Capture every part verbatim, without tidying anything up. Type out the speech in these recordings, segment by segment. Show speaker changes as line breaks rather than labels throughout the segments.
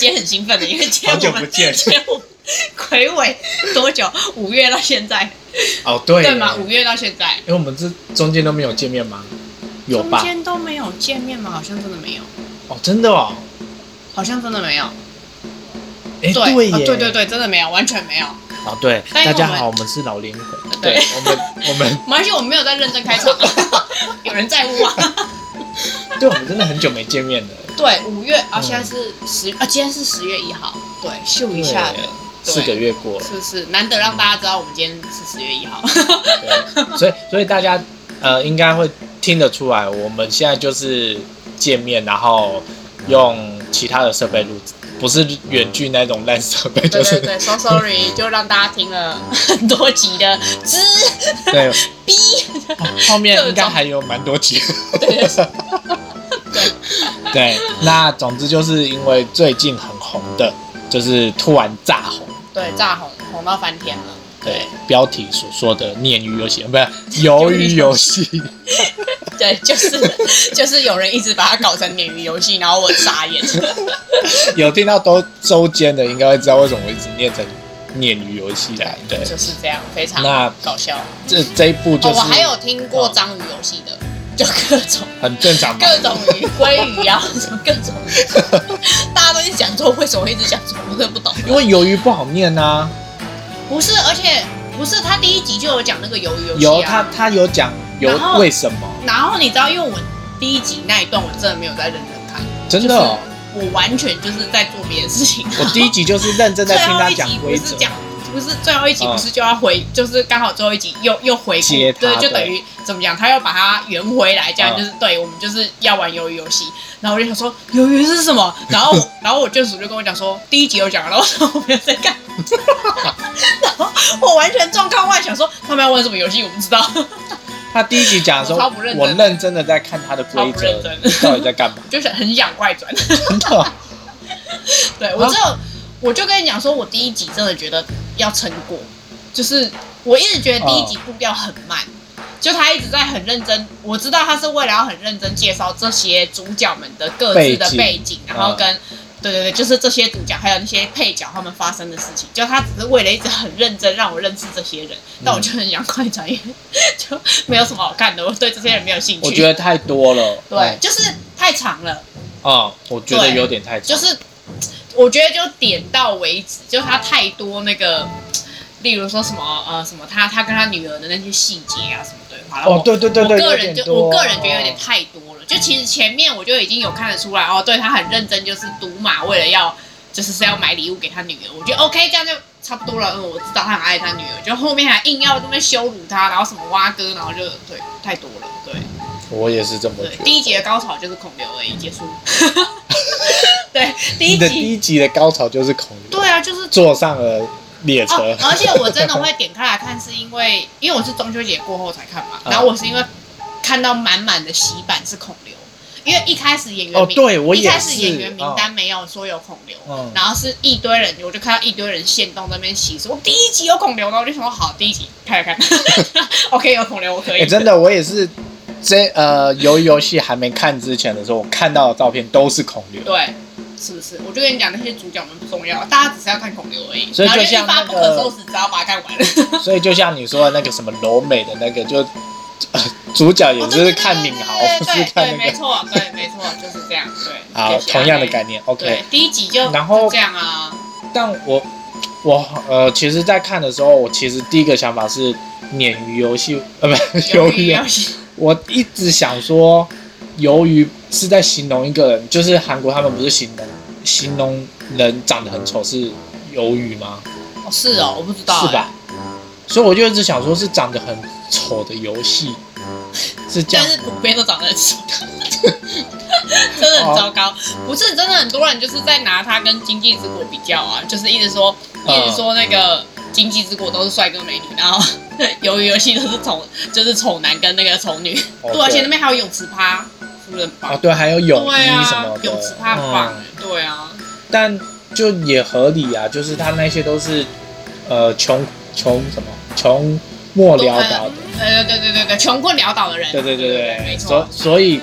天很兴奋的，因为今天
好久不见，
睽违多久？五月到现在。
哦，对，
对吗？五月到现在，
因为我们这中间都没有见面吗？有吧？
中间都没有见面吗？好像真的没有。
哦，真的哦，
好像真的没有。
哎，
对
对耶、
哦，对对对，真的没有，完全没有。
哦，对，大家好，我们是老灵魂。对，对我们我们，
没关系，我们没有在认真开场，有人在乎啊。
对，我们真的很久没见面了。
对，五月啊，现在是十啊，今天是十月一号，对，秀一下的。
四个月过了，
是不是难得让大家知道我们今天是十月一号？
对，所以所以大家呃应该会听得出来，我们现在就是见面，然后用其他的设备录制，不是远距那种烂设备，就是
对对对 ，so sorry， 就让大家听了很多集的之
对
B，
后面应该还有蛮多集。
对
对对，那总之就是因为最近很红的，就是突然炸红。
对，炸红红到翻天了。
对，标题所说的鲶鱼游戏，不是鱿鱼游戏。
对，就是就是有人一直把它搞成鲶鱼游戏，然后我傻眼。
有听到都周间的，应该会知道为什么我一直念成鲶鱼游戏啦。对，
就是这样，非常搞笑。
这这一部就是、
哦，我还有听过章鱼游戏的。就各种
很正常嘛，
各种鱼，鲑鱼啊，什么各种鱼，大家都一直讲错，为什么一直讲错？我真的不懂。
因为鱿鱼不好念啊。
不是，而且不是，他第一集就有讲那个鱿鱼游戏、啊，
有他他有讲有为什么。
然后你知道，因为我第一集那一段我真的没有在认真看，
真的、哦
就是、我完全就是在做别的事情。
我第一集就是认真在听他讲规则。
不是最后一集，不是就要回，嗯、就是刚好最后一集又又回顾，对，就等于怎么讲，他要把它圆回来，这样、嗯、就是对我们就是要玩鱿鱼游戏。然后我就想说，鱿鱼是什么？然后然后我眷属就跟我讲说，第一集有讲，然后我说我没有在看，然后我完全状况外，想说他们要玩什么游戏，我不知道。
他第一集讲的时候，我, 我认真的在看他的规则，到底在干嘛？
就是很想外转。
真的。
对我只有。我就跟你讲说，我第一集真的觉得要撑过，就是我一直觉得第一集步调很慢，哦、就他一直在很认真。我知道他是为了要很认真介绍这些主角们的各自的背景，然后跟、嗯、对对对，就是这些主角还有那些配角他们发生的事情，就他只是为了一直很认真让我认识这些人，但我就很想快转，因为就没有什么好看的，我对这些人没有兴趣。
我觉得太多了，
对，嗯、就是太长了。
啊、嗯，我觉得有点太长，
就是。我觉得就点到为止，就他太多那个，例如说什么呃什么他他跟他女儿的那些细节啊什么对话。
哦，对对对对，
我个人就我个人觉得有点太多了。就其实前面我就已经有看得出来哦，对他很认真，就是赌马为了要就是是要买礼物给他女儿，我觉得 OK 这样就差不多了。嗯，我知道他很爱他女儿，就后面还硬要这边羞辱他，然后什么挖哥，然后就对太多了，对。
我也是这么觉得。
第一集的高潮就是孔刘而已，结束。对，第一集
你的第一集的高潮就是孔刘。
对啊，就是
坐上了列车、
哦。而且我真的会点开来看，是因为因为我是中秋节过后才看嘛，然后我是因为看到满满的洗版是孔刘，因为一开始演员名、
哦、对我也是
一开始演员名单没有说有孔刘、嗯，然后是一堆人，我就看到一堆人限动在那边洗，说第一集有孔刘，然后我就想说好，第一集看看看，OK 有孔刘我可以、
欸。真的，我也是。这呃，鱿鱼游戏还没看之前的时候，我看到的照片都是孔刘。
对，是不是？我就跟你讲，那些主角们不重要，大家只是要看孔刘而已。
所以就像那个，
然后就一发不可收拾，只要把它看完了。
所以就像你说的那个什么柔美的那个，就、呃、主角也就是看敏豪，不是看那个。
对，没错，对，没错，就是这样。对，
好，同样的概念。OK，
对，第一集就
然后
这样啊。
但我我呃，其实，在看的时候，我其实第一个想法是鲶鱼游戏，呃，不，鱿鱼游戏。我一直想说，鱿鱼是在形容一个人，就是韩国他们不是形容形容人长得很丑是鱿鱼吗？
哦，是哦，我不知道、欸，
是吧？所以我就一直想说，是长得很丑的游戏，是这样。
但是普遍都长得很丑，真的很糟糕。不是，真的很多人就是在拿它跟经济之国比较啊，就是一直说，一直说那个。经济之国都是帅哥美女，然后鱿鱼游戏都是丑，就是丑男跟那个丑女。哦、对，而且那边还有泳池趴，是不是很棒？
哦，对，还有泳衣什么的，
啊、泳池趴很棒、嗯。对啊，
但就也合理啊，就是他那些都是呃穷穷什么穷末潦倒的，
呃对对对对，穷困潦倒的人。
对对对对，
没错。
所所以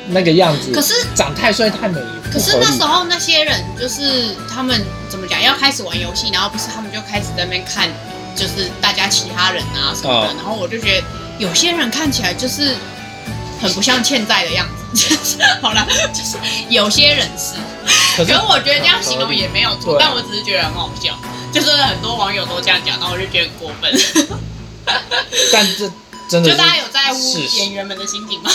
那个样子，
可是
长太帅太美，
可是那时候那些人就是他们怎么讲，要开始玩游戏，然后不是他们就开始在那边看，就是大家其他人啊什么的，哦、然后我就觉得有些人看起来就是很不像欠债的样子，就是好了，就是有些人是，可是我觉得这样形容也没有错，但我只是觉得很好笑，就是很多网友都这样讲，然后我就觉得很过分。
但这真的
就大家有在乎演员们的心情吗？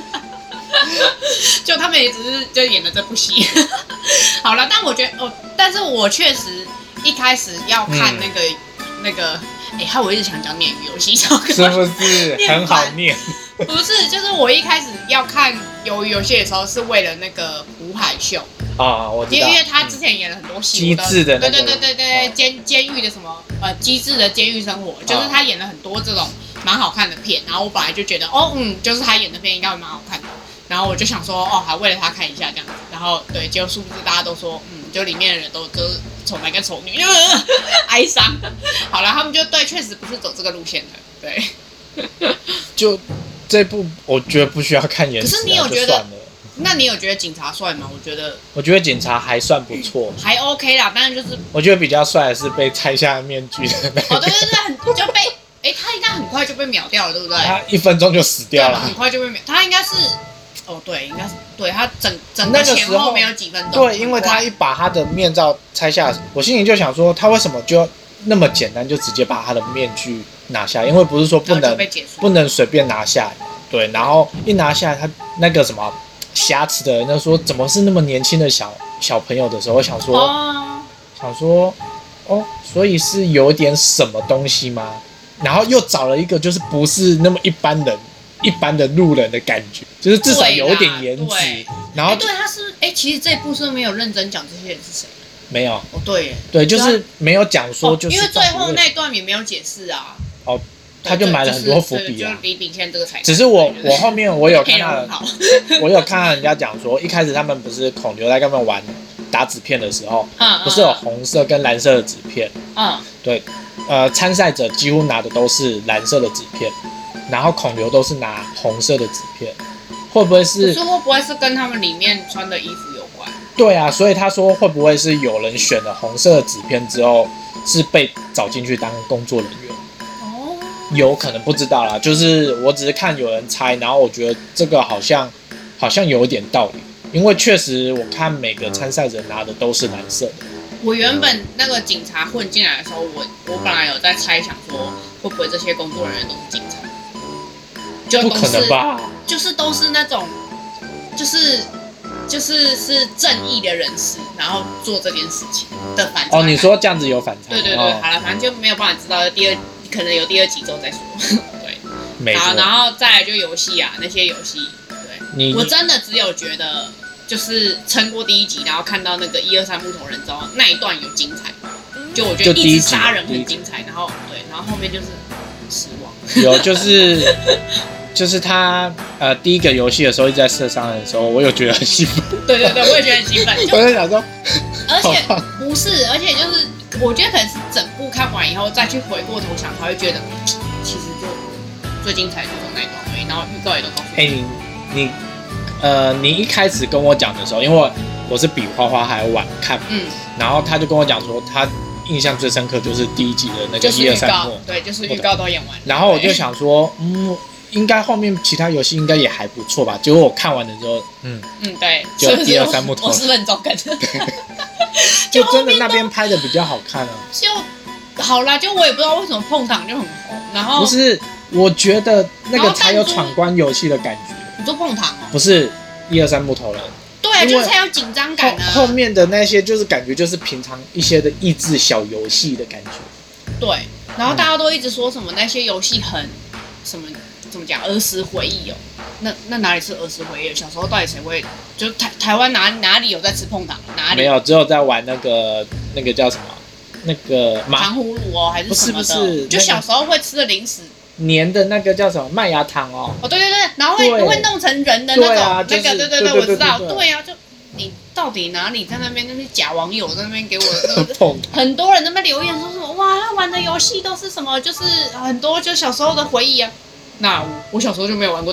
就他们也只是就演了这部戏。好了，但我觉得哦，但是我确实一开始要看那个、嗯、那个，哎、欸，害我一直想讲鲶鱼游戏，是不
是很好念？
不是，就是我一开始要看鱿鱼游戏的时候，是为了那个朴海秀。
啊、哦，我知道，
因为他之前演了很多戏，
机智的、那個，
对对对对对，监监狱的什么呃，机智的监狱生活，就是他演了很多这种蛮好看的片，然后我本来就觉得哦嗯，就是他演的片应该会蛮好看的，然后我就想说哦，还为了他看一下这样子，然后对，结果殊不知大家都说嗯，就里面的人都都是丑男跟丑女，呃、哀伤。好了，他们就对，确实不是走这个路线的，对。
就这部我觉得不需要看颜值、啊，
可是你有觉得？那你有觉得警察帅吗？我觉得，
我觉得警察还算不错，
还 OK 啦。当然就是，
我觉得比较帅的是被拆下面具的那个。
哦，对对对，很就被，哎、欸，他应该很快就被秒掉了，对不对？
他一分钟就死掉了，
很快就被秒。他应该是，哦，对，应该是，对他整整个前后没有几分钟。
对，因为他一把他的面罩拆下，我心里就想说，他为什么就那么简单就直接把他的面具拿下来？因为不是说不能不能随便拿下来，对，然后一拿下来，他那个什么。瑕疵的人就说怎么是那么年轻的小小朋友的时候，我想说、哦、想说哦，所以是有点什么东西吗？然后又找了一个就是不是那么一般人一般的路人的感觉，就是至少有点颜值。然后、欸、
对他是哎、欸，其实这部是没有认真讲这些人是谁。
没有
哦，对耶，
对，就是没有讲说就是、
哦，因为最后那段也没有解释啊。
哦。他就埋了很多伏笔啊，
就是李秉宪这个才。
只是我我后面我有看到，我有看到人家讲说，一开始他们不是孔刘在跟他们玩打纸片的时候，嗯、不是有红色跟蓝色的纸片，嗯，对，呃，参赛者几乎拿的都是蓝色的纸片，然后孔刘都是拿红色的纸片，会不会是？
可是会不会是跟他们里面穿的衣服有关？
对啊，所以他说会不会是有人选了红色的纸片之后，是被找进去当工作人员？有可能不知道啦，就是我只是看有人猜，然后我觉得这个好像好像有一点道理，因为确实我看每个参赛者拿的都是蓝色的。
我原本那个警察混进来的时候，我我本来有在猜想说，会不会这些工作人员都是警察？就都是
不可能吧？
就是都是那种，就是就是是正义的人士，然后做这件事情的反差。
哦，你说这样子有反差？
对对对，哦、好了，反正就没有办法知道第二。可能有第二集之后再说，对，
没错。
然后再来就游戏啊，那些游戏，对，我真的只有觉得就是撑过第一集，然后看到那个一二三木头人之后那一段有精彩，就我觉得一直杀人很精彩，然后对，然后后面就是失望。
有就是就是他呃第一个游戏的时候一直在射伤人的时候，我有觉得很兴奋。
对对对，我也觉得很兴奋。
我在想说，
而且不是，而且就是。我觉得可能是整部看完以后再去回过头想，才会觉得其实就最精彩的就是那一段而已，然后预告也都告诉你。哎、欸，
你你呃，你一开始跟我讲的时候，因为我是比花花还晚看，嗯，然后他就跟我讲说，他印象最深刻就是第一集的那个一二三幕，
对，就是预告都演完。
然后我就想说，嗯，应该后面其他游戏应该也还不错吧？结果我看完的时候，嗯
嗯，对，
就一二三木头，
我是认中跟的。
就真的那边拍的比较好看啊，
就好啦，就我也不知道为什么碰糖就很红，然后
不是，我觉得那个才有闯关游戏的感觉。
你说碰糖哦？
不是一二三木头人，
对啊，就是才有紧张感啊。
后面的那些就是感觉就是平常一些的益智小游戏的感觉。
对，然后大家都一直说什么那些游戏很什么怎么讲儿时回忆哦。那那哪里是儿时回忆？小时候到底谁会？就台台湾哪哪里有在吃碰糖？哪里
没有？只有在玩那个那个叫什么？那个
糖葫芦哦，还是什么的？
不是不是，
就小时候会吃的零食。
粘的那个叫什么麦芽糖哦？
哦，对对对，然后会会弄成人的那种，
啊就是、
那个对对对，我知道。对啊，就你到底哪里在那边那些假网友在那边给我很多人在那边留言说什么哇，他玩的游戏都是什么？就是很多就小时候的回忆啊。那我小时候就没有玩过弹珠。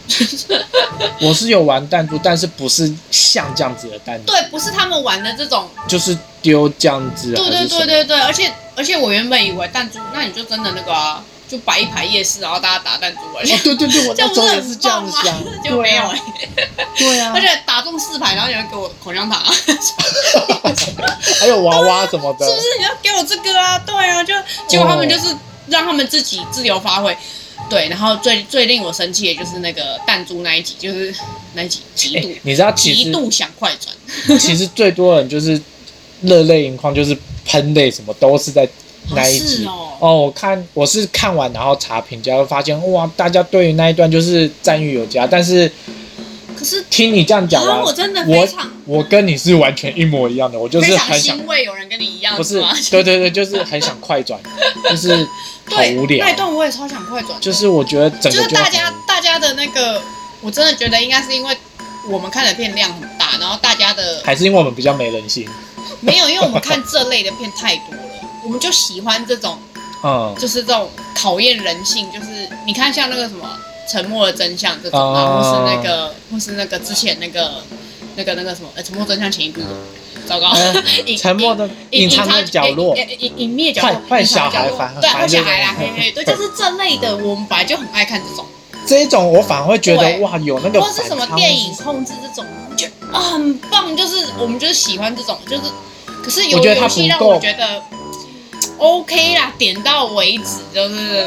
我是有玩弹珠，但是不是像这样子的弹珠。
对，不是他们玩的这种，
就是丢这样子。
对对对对对，而且而且我原本以为弹珠，那你就真的那个啊，就摆一排夜市，然后大家打弹珠啊。
哦，对对对，我那时候也是这样想，
就没有哎、
欸。对啊。
而且打中四排，然后有人给我口香糖啊，
还有娃娃什么的。
是不是你要给我这个啊？对啊，就结果他们就是让他们自己自由发挥。对，然后最最令我生气的就是那个弹珠那一集，就是那一集极度、
欸，你知道其实
极度想快转。
其实最多人就是热泪盈眶，就是喷泪什么都是在那一集。
哦,
哦，我看我是看完然后查评价，会发现哇，大家对于那一段就是赞誉有加，但是。
可是
听你这样讲完，
我真的非常，
我跟你是完全一模一样的，我就是很想
欣慰有人跟你一样，
不是，对对对，就是很想快转，就是好无聊。
那一段我也超想快转，
就是我觉得整个
就是大家大家的那个，我真的觉得应该是因为我们看的片量很大，然后大家的
还是因为我们比较没人性，
没有，因为我们看这类的片太多了，我们就喜欢这种，嗯，就是这种考验人性，就是你看像那个什么。沉默的真相这种啊，或是那个，或是那个之前那个，那个那个什么，呃，沉默真相前一部，糟糕，
沉默的隐藏的角落，
隐隐秘角落，
坏小孩，
对，坏小孩啦，对对，就是这类的，我们本来就很爱看这种。
这一种我反而会觉得哇，有那个
或是什么电影控制这种，就啊很棒，就是我们就是喜欢这种，就是，可是有游戏让我觉得 OK 啦，点到为止，就是。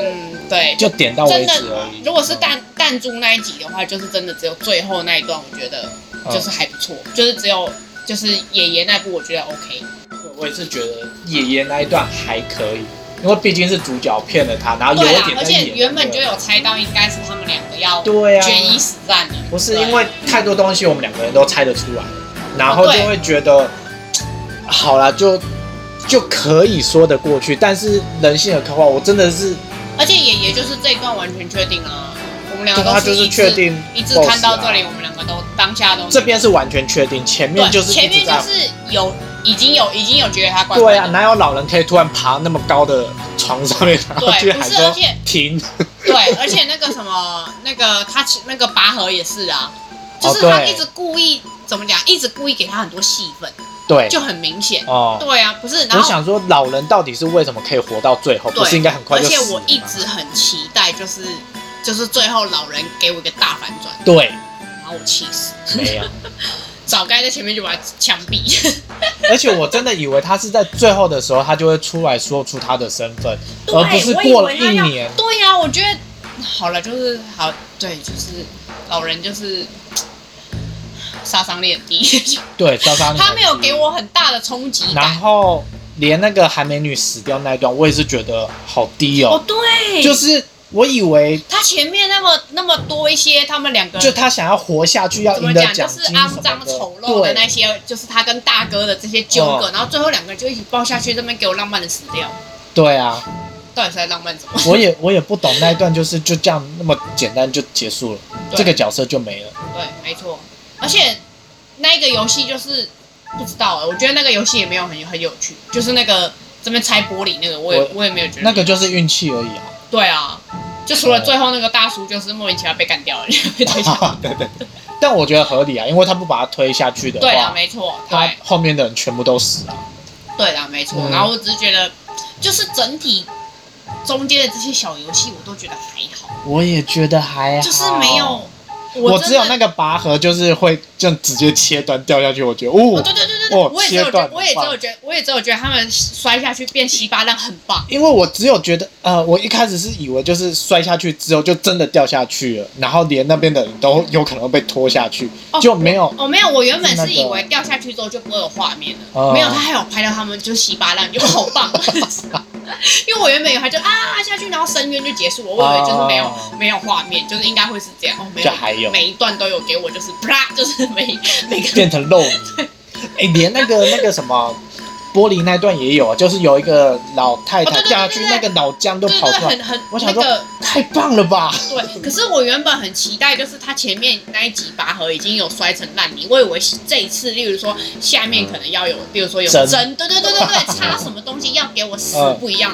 对，
就点到为止而已。
如果是弹弹珠那一集的话，就是真的只有最后那一段，我觉得就是还不错，嗯、就是只有就是爷爷那部，我觉得 OK。
我也是觉得爷爷那一段还可以，因为毕竟是主角骗了他，然后有一点在演。
而且原本就有猜到应该是他们两个要
对啊
决一死战的。
不是因为太多东西我们两个人都猜得出来，然后就会觉得、哦、好啦，就就可以说得过去，但是人性的刻画，我真的是。
而且爷爷就是这一段完全确定了，我们两个都
是一致确定，
一致看到这里，我们两个都当下都
这边是完全确定，前面就是
前面就是有已经有已经有觉得他怪怪的。
对啊，哪有老人可以突然爬那么高的床上面，然后去喊说停？
对，而且那个什么那个他那个拔河也是啊，就是他一直故意、哦、怎么讲，一直故意给他很多戏份。
对，
就很明显
哦。
对啊，不是。然后
我想说，老人到底是为什么可以活到最后？不是应该很快就死了吗？
而且我一直很期待，就是就是最后老人给我一个大反转。
对，
然后我气死。
没有，
早该在前面就把他枪毙。
而且我真的以为他是在最后的时候，他就会出来说出他的身份，而不是过了一年。
对呀、啊，我觉得好了，就是好，对，就是老人就是。杀伤力很低，
对，杀伤力
他没有给我很大的冲击感。
然后连那个韩美女死掉那一段，我也是觉得好低哦。
哦，对，
就是我以为
他前面那么那么多一些，他们两个
就他想要活下去，要赢得奖金什么的，
就是肮脏丑陋的那些，就是他跟大哥的这些纠葛，然后最后两个人就一起抱下去，这边给我浪漫的死掉。
对啊，
到底是在浪漫什么？
我也我也不懂那一段，就是就这样那么简单就结束了，这个角色就没了。
对，没错。而且那个游戏就是不知道、欸，我觉得那个游戏也没有很很有趣，就是那个这边拆玻璃那个，我也 我, 我也没有觉得
那个就是运气而已啊。
对啊，就除了最后那个大叔就是莫名其妙被干掉了，被推下去。
对对对，但我觉得合理啊，因为他不把他推下去的话，
对啊，没错，
他后面的人全部都死啊。
对啦，没错、嗯。然后我只是觉得，就是整体中间的这些小游戏，我都觉得还好。
我也觉得还好，
就是没有。
我, 我只有那个拔河，就是会这样直接切断掉下去。我觉得，哦，
哦对对对对，哦、我也只有觉得，我也只有觉得，我也只有觉得他们摔下去变稀巴烂很棒。
因为我只有觉得，呃，我一开始是以为就是摔下去之后就真的掉下去了，然后连那边的人都有可能被拖下去，
哦、
就没有。
哦，没有，我原本是以为掉下去之后就不会有画面了，哦、没有，他还有拍到他们就是稀巴烂，就好棒。因为我原本以为他就啊下去，然后深渊就结束了，我以为就是没有、哦、没有画面，就是应该会是这样。哦，没有，
就还有
每一段都有给我，就是啪，就是每每个
变成肉。哎、欸，连那个那个什么玻璃那段也有啊，就是有一个老太太掉下去，那个脑浆都跑出来，
很很，
我想说、
那个、
太棒了吧？
对，可是我原本很期待，就是他前面那一集拔河已经有摔成烂泥，我以为这一次，例如说下面可能要有，比如说有针，对对对对对，插什么东西要给我死不一样的，就、嗯、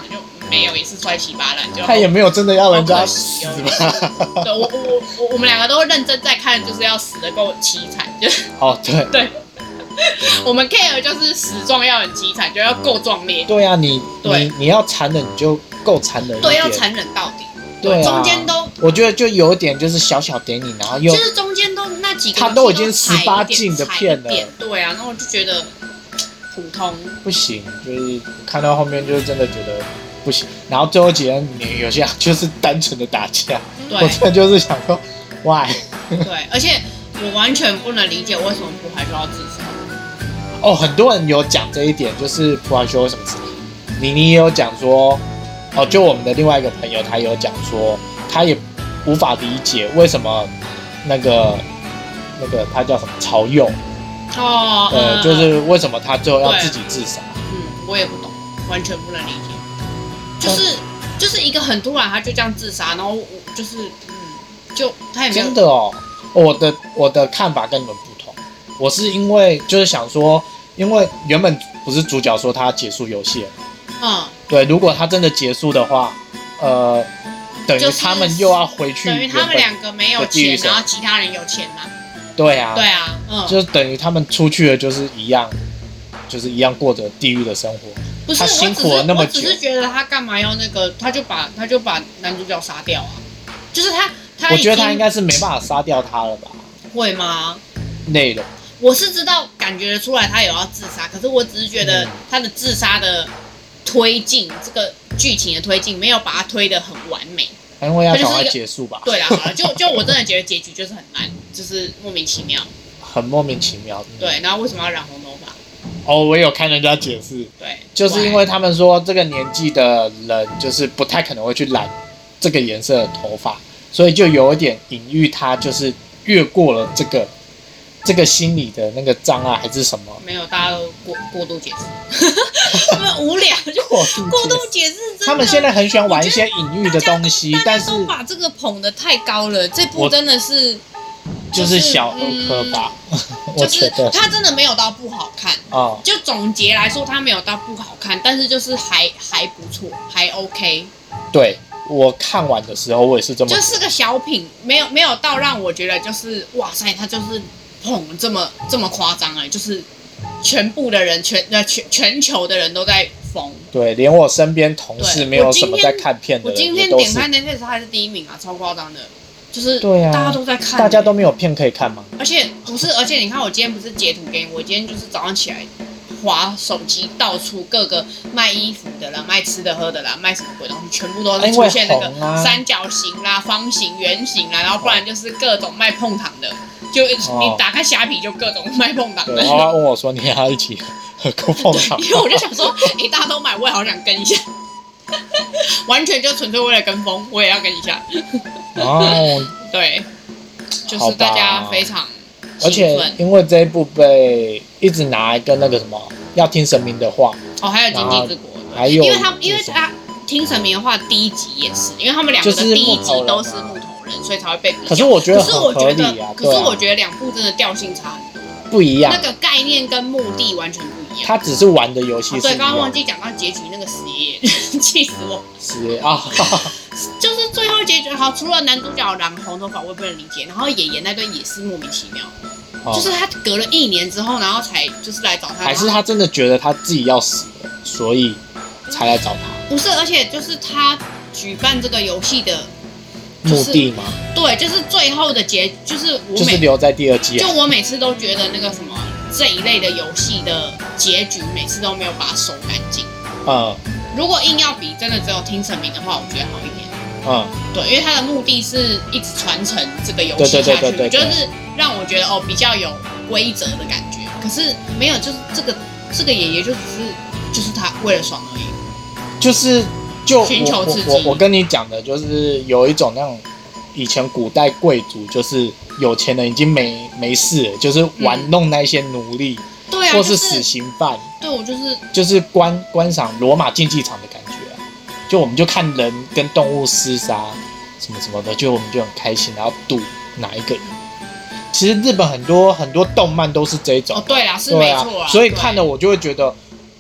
没有，也是摔稀巴烂，就
他也没有真的要人家
死
吧？
对，我我我我们两个都认真在看，就是要死的够凄惨，就是
哦，对
对。我们 care 就是死状要很凄惨，就要够壮烈。
对啊，你
对
你你要残忍，你就够残忍一点。
对，要残忍到底。
对啊，
中间都
我觉得就有一点就是小小点你，然后又
就是中间都那几个
他都已经十八禁的片了，
对啊，然后我就觉得普通
不行，就是看到后面就是真的觉得不行。然后最后几人有些就是单纯的打架，我真的就是想说 ，why？
对，而且我完全不能理解为什么朴海秀要自杀。
哦，很多人有讲这一点，就是朴海秀为什么自杀。妮妮也有讲说，哦，就我们的另外一个朋友，他有讲说，他也无法理解为什么那个那个他叫什么曹佑，
哦，
呃、嗯，就是为什么他最后要自己自杀？
嗯，我也不懂，完全不能理解，就是就是一个很突然他就这样自杀，然后就是嗯，就他也没有
真的哦，我的我的看法跟你们不同，我是因为就是想说，因为原本不是主角说他要结束游戏了，
嗯，
对，如果他真的结束的话，呃，等于他们又要回去，
等于他们两个没有钱，然后其他人有钱嘛。
对啊，
对啊，嗯，
就是等于他们出去了，就是一样，就是一样过着地狱的生活。
不是，
他辛苦了那么久，
我只是觉得他干嘛要那个，他就把他就把男主角杀掉啊，就是他他。
我觉得他应该是没办法杀掉他了吧？
会吗？
累了。
我是知道，感觉得出来他有要自杀，可是我只是觉得他的自杀的推进，嗯、这个剧情的推进没有把它推得很完美。
因为要赶快结束吧。
对啦，好了，就就我真的觉得结局就是很烂，就是莫名其妙。
很莫名其妙。
嗯、对，然后为什么要染红头发？
哦，我有看人家解释。
对，
就是因为他们说这个年纪的人就是不太可能会去染这个颜色的头发，所以就有一点隐喻他就是越过了这个这个心理的那个障碍还是什么？
没有，大家都过过度解释，他们无聊就过度解释。
他们现在很喜欢玩一些隐喻的东西，但是
都把这个捧得太高了。这部真的是
就是小儿科吧，嗯、我觉得
它真的没有到不好看啊。就总结来说，它没有到不好看，但是就是还还不错，还 OK。
对，我看完的时候我也是这么，
就是个小品，没有没有到让我觉得就是哇塞，它就是捧这么这么夸张哎，就是全部的人全呃全全球的人都在疯。
对，连我身边同事没有什么在看片的人，
我今天点开 Netflix 还是第一名啊，超夸张的。就是大家都在看、欸，
大家都没有片可以看吗？
而且不是，而且你看，我今天不是截图给你，我今天就是早上起来滑手机，到处各个卖衣服的啦、卖吃的喝的啦、卖什么鬼东西，全部都是出现那个三角形啦、方形、圆形啦，然后不然就是各种卖碰糖的，就你打开虾皮就各种卖碰糖的。
然后问我说：“你要一起喝个碰糖？”
因为我就想说，哎、欸，大家都买，我也好想跟一下。完全就纯粹为了跟风，我也要跟一下。
哦，
对，就是大家非常兴奋，
而且因为这一部被一直拿来跟那个什么要听神明的话，
哦，还有经济之国，
还有，
因为他因为他听神明的话第一集也是，因为他们两个的第一集都是木头人，所以才会被比较。
可是我觉得
很合理
啊，
可是我觉得两部真的调性差很多，
不一样，
那个概念跟目的完全不一样。
他只是玩的游戏。
对，刚刚忘记讲到结局那个实验，气死我！
实验啊，
就是最后结局好，除了男主角染红头发，我也不能理解。然后爷爷那段也是莫名其妙，哦、就是他隔了一年之后，然后才就是来找他。
还是他真的觉得他自己要死了，所以才来找他？
不是，而且就是他举办这个游戏的、
就是、目的吗？
对，就是最后的结，就是我每
就是留在第二季、
啊。就我每次都觉得那个什么这一类的游戏的结局，每次都没有把它收干净。
嗯。
如果硬要比，真的只有听神明的话，我觉得好一点。
嗯，
对，因为它的目的是一直传承这个游戏下去，就是让我觉得哦比较有规则的感觉。可是没有，就是这个这个爷爷就只是就是他为了爽而已，
就是就
寻求刺激。
我我我跟你讲的就是有一种那种以前古代贵族，就是有钱人已经没没事了，就是玩弄那些奴隶。嗯
对啊，
或是死刑犯，
对我就是
就是观观赏罗马竞技场的感觉啊，就我们就看人跟动物厮杀什么什么的，就我们就很开心，然后赌哪一个赢。其实日本很多很多动漫都是这种，
哦，对啦，是没错啊，
所以看了我就会觉得，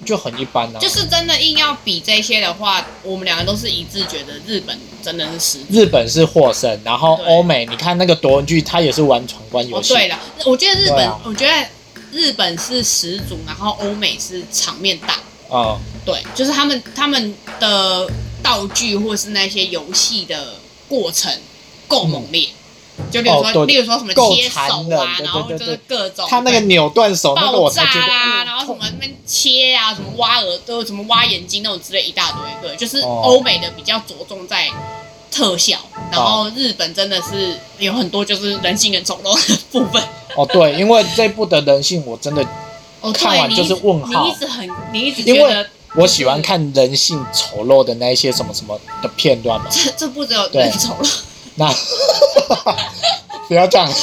就很一般啊。
就是真的硬要比这些的话，我们两个都是一致觉得日本真的是始祖。
日本是获胜，然后欧美，你看那个夺魂锯，它也是玩闯关游戏。
哦，对了，我觉得日本，
啊、
我觉得日本是始祖，然后欧美是场面大。
啊、嗯，
对，就是他们他们的道具或是那些游戏的过程够猛烈。嗯就例如说，哦、例如说什么切手啊，然后就是各种
他那个扭断手那个我才
爆炸啦、
啊，
然后什么那边切啊，什么挖耳朵、什么挖眼睛那种之类一大堆。对，就是欧美的比较着重在特效，然后日本真的是有很多就是人性很丑陋的部分。
哦，对，因为这部的人性我真的看完就是问号。
你一直很，你一直觉得。
我喜欢看人性丑陋的那一些什么什么的片段嘛。
这这部只有人丑陋。
那不要这样，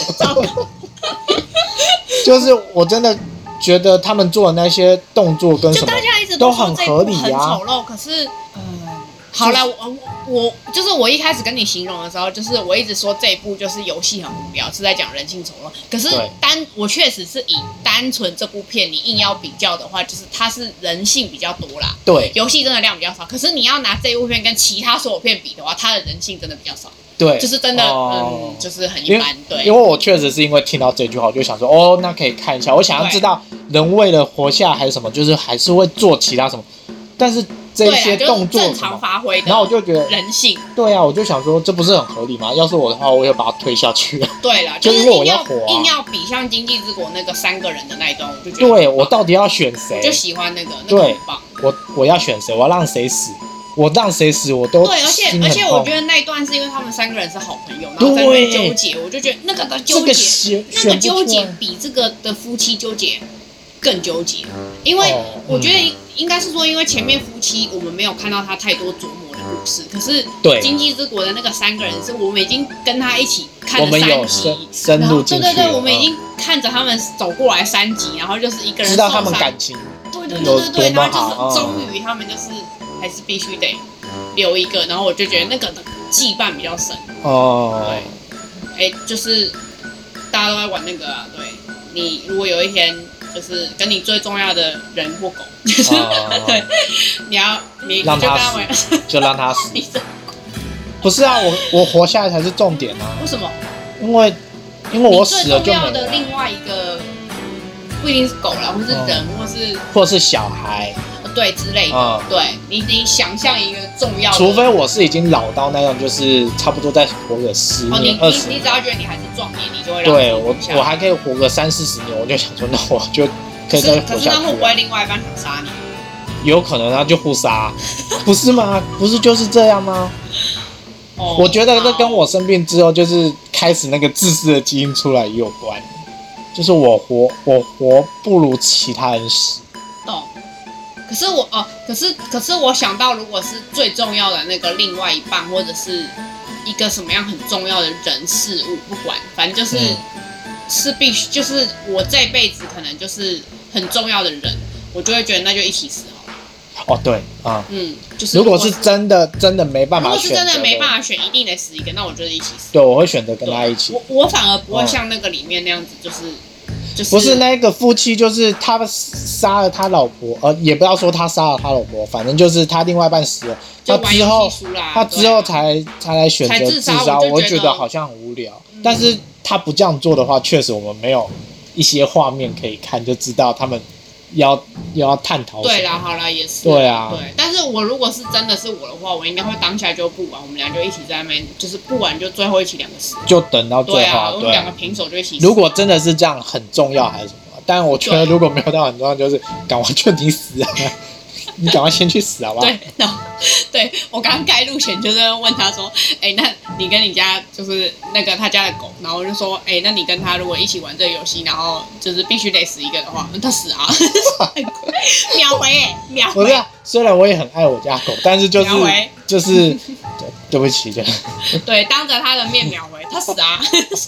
就是我真的觉得他们做的那些动作跟什么，
就大家一直
都很合理啊，
很丑陋。可是，嗯，好了，我我就是我一开始跟你形容的时候，就是我一直说这一部就是游戏很无聊，是在讲人性丑陋。可是单我确实是以单纯这部片，你硬要比较的话，就是它是人性比较多啦。
对，
游戏真的量比较少。可是你要拿这一部片跟其他所有片比的话，它的人性真的比较少。
对，
就是真的，哦、嗯，就是很一般。对，
因为我确实是因为听到这句话，我就想说，哦，那可以看一下。我想要知道人为了活下来还是什么，就是还是会做其他什么，但是这些动作、
就是、正常发挥的，
然后我就觉得
人性。
对啊，我就想说，这不是很合理吗？要是我的话，我也把它推下去了。
对了，
就是因为我要活、啊，
硬要比像《经济之国》那个三个人的那一段，我就觉得，
对我到底要选谁？
我就喜欢那个，那个很棒。
我我要选谁？我要让谁死？我让谁死我都
对，而且而且我觉得那一段是因为他们三个人是好朋友，然后在那边纠结，我就觉得那个的纠结，
这个、
那个纠结比这个的夫妻纠结更纠结，因为我觉得应该是说，因为前面夫妻我们没有看到他太多琢磨的故事，可是《经济之国》的那个三个人是我们已经跟他一起看了三集，
深入进去，
对对对，我们已经看着他们走过来三集，然后就是一个人
知道他们感情，
对对对对对，然后就是终于他们就是还是必须得留一个，然后我就觉得那个的羁绊比较深
哦，
对，哎，就是大家都在玩那个啊，对你如果有一天。就是跟你最重要的人或狗，就是、哦、对，你要你
让他死，就让他死。不是啊，我我活下来才是重点啊。
为什么？
因为因为我死了就没了。
最重要的另外一个不一定是狗啦，或是人，嗯、或是
或是小孩，
对之类的。嗯、对你你想象一个重要的，
除非我是已经老到那种，就是差不多再活个十年二十、
哦，你你只要觉得你还是壮年，你就会让
对我我还可以活个三四十年，我就想说，那我就可以再活下去、啊。
可是那会不会另外一半想杀你？
有可能啊，就互杀，不是吗？不是就是这样吗？哦、我觉得这跟我生病之后，就是开始那个自私的基因出来也有关，就是我活我活不如其他人死。
懂。可是我哦，可是可是我想到，如果是最重要的那个另外一半，或者是一个什么样很重要的人事物，不管，反正就是、嗯、是必须，就是我这辈子可能就是很重要的人，我就会觉得那就一起死好了。
哦，对啊，
嗯，就是
如果是真的真的没办法选，
如果是真的没办法选，一定得死一个，那我就一起死。
对，我会选择跟他一起。
我我反而不会像那个里面那样子，就是。就是、
不是那个夫妻，就是他杀了他老婆，呃，也不要说他杀了他老婆，反正就是他另外一半死了，他之后他之后才才来选择自杀，我觉得好像很无聊。嗯、但是他不这样做的话，确实我们没有一些画面可以看，就知道他们要要探讨什么。
对啦，好啦，也是。
对啊。
对，但是我如果是真的是我的话，我应该会当下就不玩，我们俩就一起在那边，就是不玩就最后一起两个死。
就等到最后。对
啊，我们两个平手就一起死。
如果真的是这样，很重要还是什么？但我觉得如果没有到很重要，就是赶快就你死啊！你赶快先去死好不好？
对，然后对我刚刚开录前就是问他说，哎、欸，那你跟你家就是那个他家的狗，然后我就说，哎、欸，那你跟他如果一起玩这个游戏，然后就是必须得死一个的话，他死啊！秒回哎、欸，秒回。
不是、啊，虽然我也很爱我家狗，但是就是就是对，对不起，对。
对，当着他的面秒回，他死啊！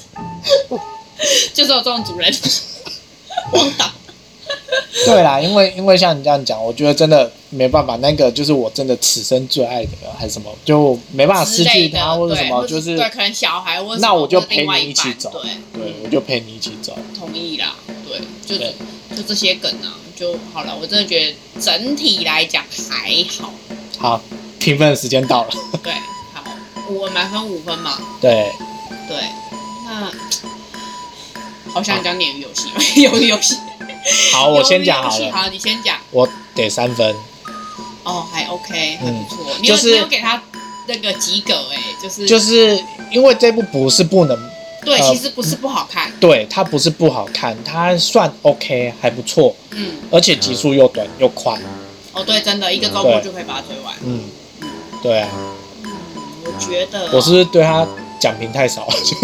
就是有这种主人。荒唐。
对啦，因为因为像你这样讲，我觉得真的没办法，那个就是我真的此生最爱的，还是什么，就没办法失去他或者什么，就是
对，可能小孩或者
那我就陪你一起走，
对，
对，我就陪你一起走。
同意啦，对，就就这些梗啊， 就好了。我真的觉得整体来讲还好。
好，评分的时间到了。
对，好，我满分五分嘛。
对。
对，那好想讲鲶鱼游戏，鱿鱼游戏。
好，我先讲好了。
好，你先讲。
我给三分。
哦，还 OK， 还不错。你有
就是
你有给他那个及格哎，就是
就是因为这部不是不能。
对，呃、其实不是不好看。
对，它不是不好看，它算 OK， 还不错。嗯。而且集数又短又快。
哦，对，真的，一个周末就可以把它追完。
嗯。对啊。
嗯，我觉得、哦。
我是不是对它讲评太少？就是。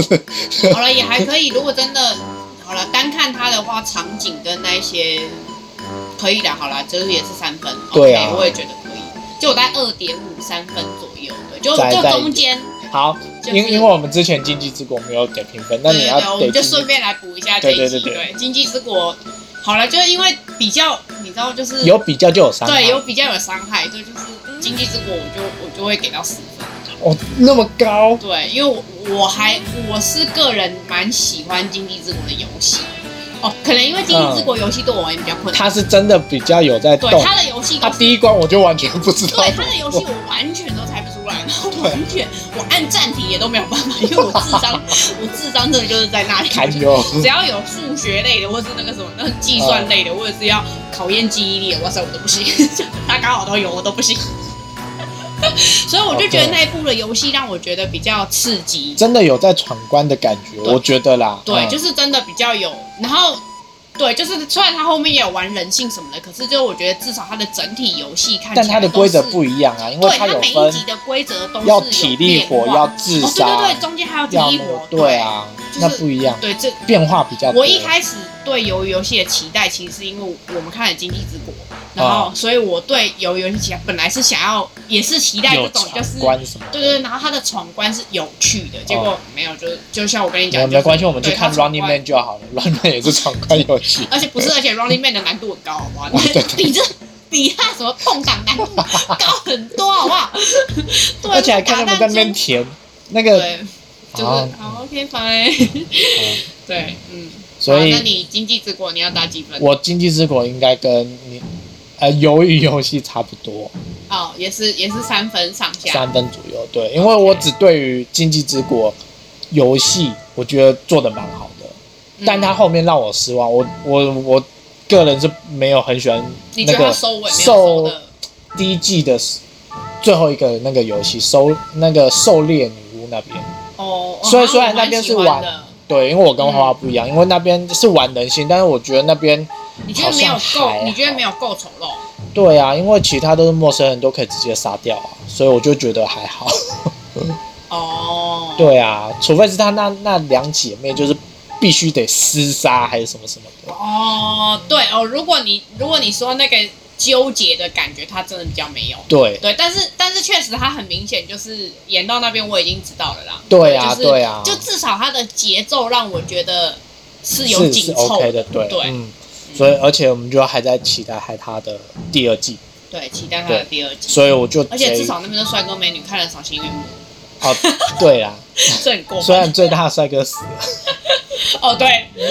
好了，也还可以。如果真的好了，单看它的话，场景跟那一些可以的。好了，就是也是三分。
对啊。
OK, 我也觉得可以。就我大概二点五三分左右，对，就就中间。
好，因、就是、因为我们之前经济之国没有给评分，那你要给，
我们就顺便来补一下这一集。对对对对，经济之国，好了，就是因为比较，你知道，就是
有比较就有伤害，
对，有比较有伤害，对，就是经济之国，我就我就会给到十分。
哦，那么高？
对，因为我我还我是个人蛮喜欢经济之国的游戏。哦，可能因为经济之国游戏对我也比较困难。
他是真的比较有在动。
对，他的游戏，
他第一关我就完全不知道。
对，他的游戏我完全都猜不出来，然后完全我按暂停也都没有办法，因为我智商我智商真的就是在那里。
堪忧。
只要有数学类的，或是那个什么那个计算类的，或者是要考验记忆力的，哇塞，我都不行。他刚好都有，我都不行。所以我就觉得那一部的游戏让我觉得比较刺激，
真的有在闯关的感觉，我觉得啦。
对，嗯、就是真的比较有，然后对，就是虽然它后面也有玩人性什么的，可是就我觉得至少它的整体游戏看起来，
但它的规则不一样啊，因为它有分，
对，它每一集的规则都是
要体力活，要智商，
哦，对对对，中间还有体力活，
对啊，那不一样，
对，这
变化比较多。
我一开始对鱿鱼游戏的期待，其实是因为我们看了《经济之国》。然后，所以我对鱿鱼游戏期待本来是想要，也是期待这种，就是对对对，然后它的闯关是有趣的，结果没有，就就像我跟你讲，
没关系，我们去看 Running Man 就好了 ，Running Man 也是闯关游戏，
而且不是，而且 Running Man 的难度很高，好不好？比这比他什么碰档难度高很多，好不好？对，
而且还看他们在那边填那个，
对，就是好 OK fine，对，嗯，
所以
那你经济之国你要打几分？
我经济之国应该跟你。呃，鱿鱼游戏差不多，
哦，也是也是三分上下，
三分左右，对，因为我只对于经济之国游戏，我觉得做的蛮好的，嗯、但他后面让我失望，我我我个人是没有很喜欢那个兽第一季的最后一个那个游戏，狩那个狩猎女巫那边，
哦，
所以虽然那边是玩，对，因为我跟花花不一样，嗯、因为那边是玩人性，但是我觉得那边。
你觉得没有够？你觉得没有够丑陋？
对啊，因为其他都是陌生人，都可以直接杀掉啊，所以我就觉得还好。
哦。
对啊，除非是他那那两姐妹，就是必须得厮杀还是什么什么的。
哦，对哦，如果你如果你说那个纠结的感觉，他真的比较没有。
对
对，但是但是确实他很明显就是演到那边我已经知道了啦。
对啊，
就是、
对啊，
就至少他的节奏让我觉得是有紧凑
OK 的，对
对。
嗯所以，而且我们就还在期待他的第二季。
对，期待他的第二季。
所以我就，
而且至少那边的帅哥美女看了赏心悦目。
哦，对啦，
这很过分。
虽然最大的帅哥死了。
哦，对。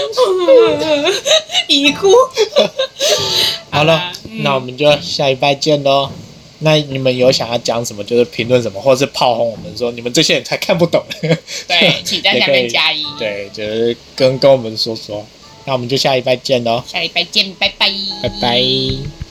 已哭。
好了，嗯、那我们就下礼拜见喽。那你们有想要讲什么，就是评论什么，或者是炮轰我们说你们这些人才看不懂。
对，请在下面加一。
对，就是跟跟我们说说。那我们就下礼拜见喽！
下礼拜见，拜拜！
拜拜。